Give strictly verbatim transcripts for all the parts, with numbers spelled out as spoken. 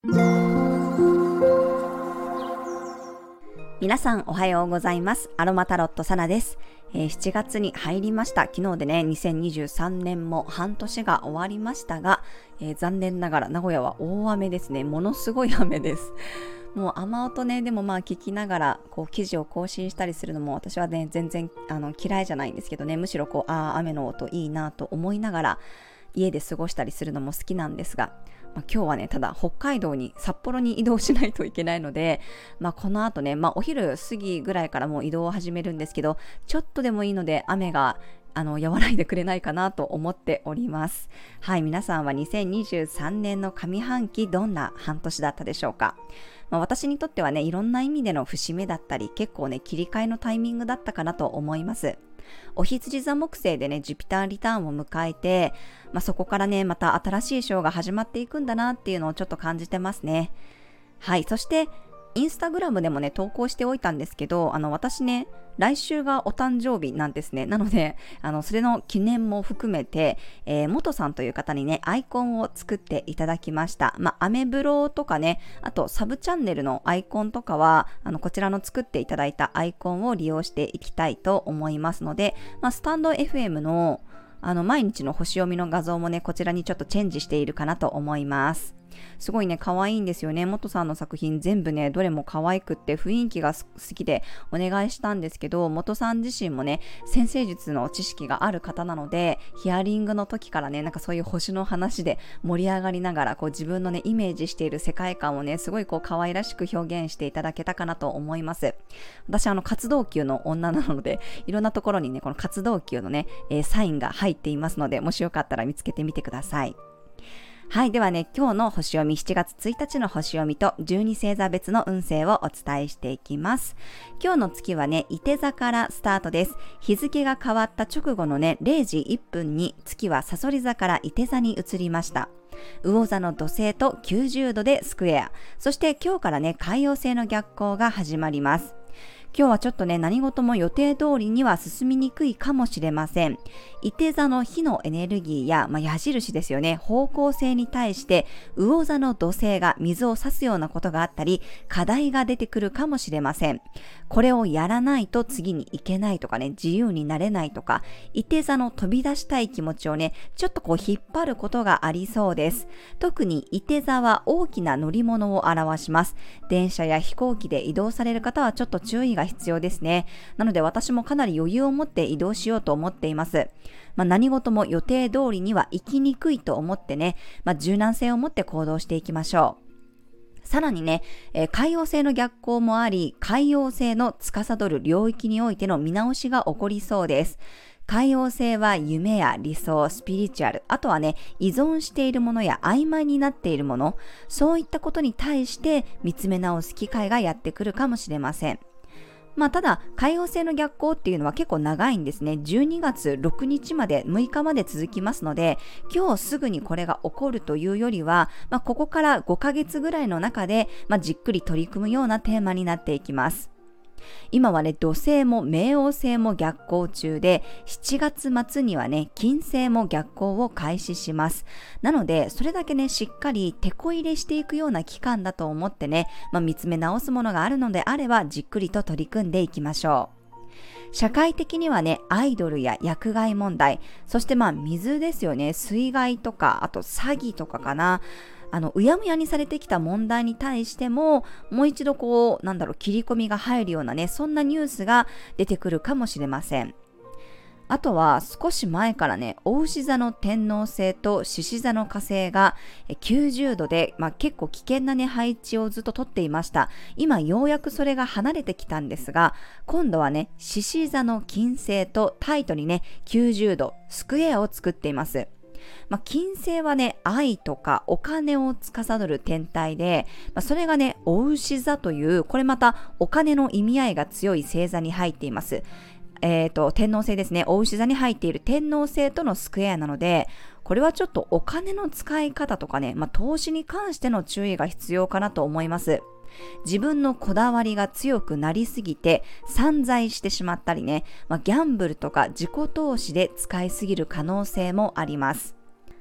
皆さんおはようございます。アロマタロットサナです、えー、しちがつに入りました。昨日でねにせんにじゅうさんねんも半年が終わりましたが、えー、残念ながら名古屋は大雨ですね。ものすごい雨です。もう雨音ね、でもまあ聞きながらこう記事を更新したりするのも私はね全然あの嫌いじゃないんですけどね、むしろこうあー雨の音いいなと思いながら家で過ごしたりするのも好きなんですが、まあ、今日はねただ北海道に札幌に移動しないといけないので、まあ、この後ね、まあ、お昼過ぎぐらいからもう移動を始めるんですけど、ちょっとでもいいので雨があの和らいでくれないかなと思っております。はい、皆さんはにせんにじゅうさんねんの上半期どんな半年だったでしょうか。まあ、私にとってはねいろんな意味での節目だったり結構ね切り替えのタイミングだったかなと思います。お羊座木星でねジュピターリターンを迎えて、まあ、そこからねまた新しい章が始まっていくんだなっていうのをちょっと感じてますね。はい、そしてインスタグラムでもね投稿しておいたんですけど、あの私ね来週がお誕生日なんですね。なのであのそれの記念も含めて、えー、元さんという方にねアイコンを作っていただきました。まあアメブロとかね、あとサブチャンネルのアイコンとかはあのこちらの作っていただいたアイコンを利用していきたいと思いますので、まあ、スタンド エフエム のあの毎日の星読みの画像もねこちらにちょっとチェンジしているかなと思います。すごいね可愛いんですよね。元さんの作品全部ねどれも可愛くって雰囲気が好きでお願いしたんですけど、元さん自身もね占星術の知識がある方なので、ヒアリングの時からねなんかそういう星の話で盛り上がりながらこう自分のねイメージしている世界観をねすごいこう可愛らしく表現していただけたかなと思います。私あの活動級の女なのでいろんなところにねこの活動級のね、えー、サインが入っていますので、もしよかったら見つけてみてください。はい、ではね今日の星読み、しちがつついたちの星読みとじゅうに星座別の運勢をお伝えしていきます。今日の月はね、いて座からスタートです。日付が変わった直後のね、れいじいっぷんに月はさそり座からいて座に移りました。魚座の土星ときゅうじゅうどでスクエア、そして今日からね、海王星の逆行が始まります。今日はちょっとね何事も予定通りには進みにくいかもしれません。いて座の火のエネルギーや、まあ、矢印ですよね、方向性に対して魚座の土星が水を差すようなことがあったり、課題が出てくるかもしれません。これをやらないと次に行けないとかね、自由になれないとか、いて座の飛び出したい気持ちをねちょっとこう引っ張ることがありそうです。特にいて座は大きな乗り物を表します。電車や飛行機で移動される方はちょっと注意が必要ですね。なので私もかなり余裕を持って移動しようと思っています。まあ、何事も予定通りには行きにくいと思ってね、まあ、柔軟性を持って行動していきましょう。さらにね、えー、海王星の逆行もあり、海王星の司る領域においての見直しが起こりそうです。海王星は夢や理想、スピリチュアル、あとはね、依存しているものや曖昧になっているもの、そういったことに対して見つめ直す機会がやってくるかもしれません。まあただ海王星の逆行っていうのは結構長いんですね。じゅうにがつろくにちまでむいかまで続きますので、今日すぐにこれが起こるというよりは、まあ、ここからごかげつぐらいの中で、まあ、じっくり取り組むようなテーマになっていきます。今はね土星も冥王星も逆行中で、しちがつまつにはね金星も逆行を開始します。なのでそれだけねしっかり手こ入れしていくような期間だと思ってね、まあ、見つめ直すものがあるのであればじっくりと取り組んでいきましょう。社会的にはねアイドルや薬害問題、そしてまあ水ですよね、水害とかあと詐欺とかかな、あのうやむやにされてきた問題に対してももう一度こうなんだろう切り込みが入るようなね、そんなニュースが出てくるかもしれません。あとは少し前からね、牡牛座の天王星と獅子座の火星がきゅうじゅうどで、まあ、結構危険な、ね、配置をずっととっていました。今ようやくそれが離れてきたんですが、今度はね獅子座の金星とタイトにねきゅうじゅうどスクエアを作っています。まあ、金星はね愛とかお金を司る天体で、まあ、それがね牡牛座というこれまたお金の意味合いが強い星座に入っています。えーと、天王星ですね。牡牛座に入っている天王星とのスクエアなので、これはちょっとお金の使い方とかね、まあ、投資に関しての注意が必要かなと思います。自分のこだわりが強くなりすぎて散財してしまったりね、まあ、ギャンブルとか自己投資で使いすぎる可能性もあります。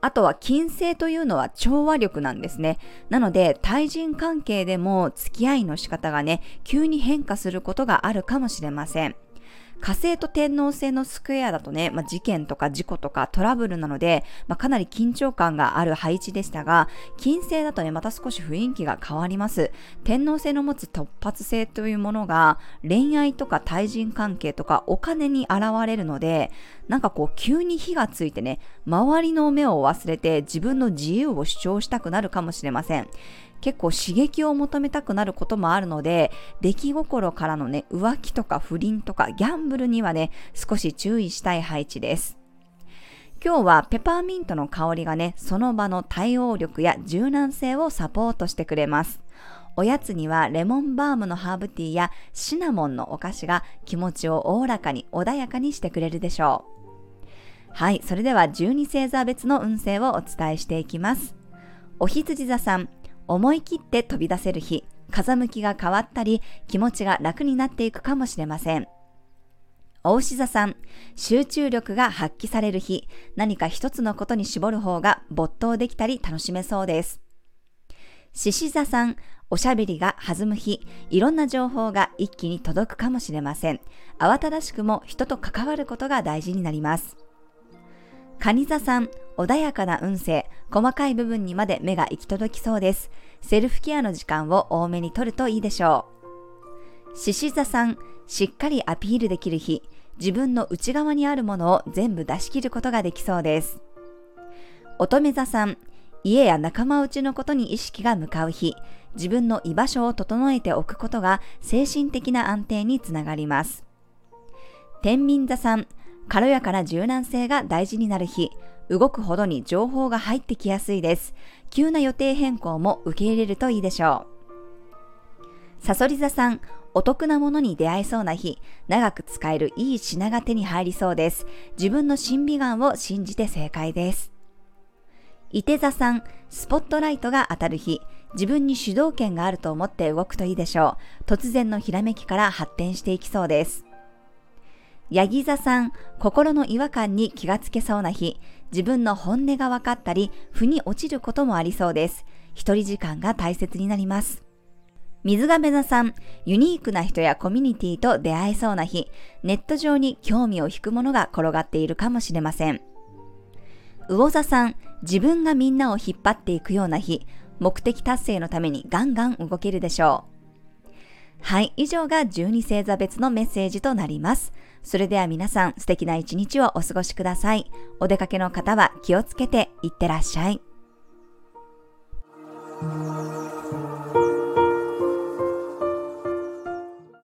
あとは金星というのは調和力なんですね。なので対人関係でも付き合いの仕方がね、急に変化することがあるかもしれません。火星と天王星のスクエアだとね、まあ、事件とか事故とかトラブルなので、まあ、かなり緊張感がある配置でしたが、金星だとね、また少し雰囲気が変わります。天王星の持つ突発性というものが恋愛とか対人関係とかお金に現れるので、なんかこう急に火がついてね、周りの目を忘れて自分の自由を主張したくなるかもしれません。結構刺激を求めたくなることもあるので、出来心からのね、浮気とか不倫とかギャンブルにはね、少し注意したい配置です。今日はペパーミントの香りがね、その場の対応力や柔軟性をサポートしてくれます。おやつにはレモンバームのハーブティーやシナモンのお菓子が気持ちをおおらかに穏やかにしてくれるでしょう。はい、それではじゅうに星座別の運勢をお伝えしていきます。お羊座さん、思い切って飛び出せる日、風向きが変わったり、気持ちが楽になっていくかもしれません。牡牛座さん、集中力が発揮される日、何か一つのことに絞る方が没頭できたり楽しめそうです。獅子座さん、おしゃべりが弾む日、いろんな情報が一気に届くかもしれません。慌ただしくも人と関わることが大事になります。蟹座さん、穏やかな運勢、細かい部分にまで目が行き届きそうです。セルフケアの時間を多めに取るといいでしょう。獅子座さん、しっかりアピールできる日、自分の内側にあるものを全部出し切ることができそうです。乙女座さん、家や仲間内のことに意識が向かう日、自分の居場所を整えておくことが精神的な安定につながります。天秤座さん、軽やかな柔軟性が大事になる日、動くほどに情報が入ってきやすいです。急な予定変更も受け入れるといいでしょう。さそり座さん、お得なものに出会えそうな日、長く使えるいい品が手に入りそうです。自分の審美眼を信じて正解です。いて座さん、スポットライトが当たる日、自分に主導権があると思って動くといいでしょう。突然のひらめきから発展していきそうです。ヤギ座さん、心の違和感に気がつけそうな日、自分の本音が分かったり、腑に落ちることもありそうです。一人時間が大切になります。水亀座さん、ユニークな人やコミュニティと出会えそうな日、ネット上に興味を引くものが転がっているかもしれません。魚座さん、自分がみんなを引っ張っていくような日、目的達成のためにガンガン動けるでしょう。はい、以上がじゅうに星座別のメッセージとなります。それでは皆さん、素敵な一日をお過ごしください。お出かけの方は気をつけていってらっしゃい。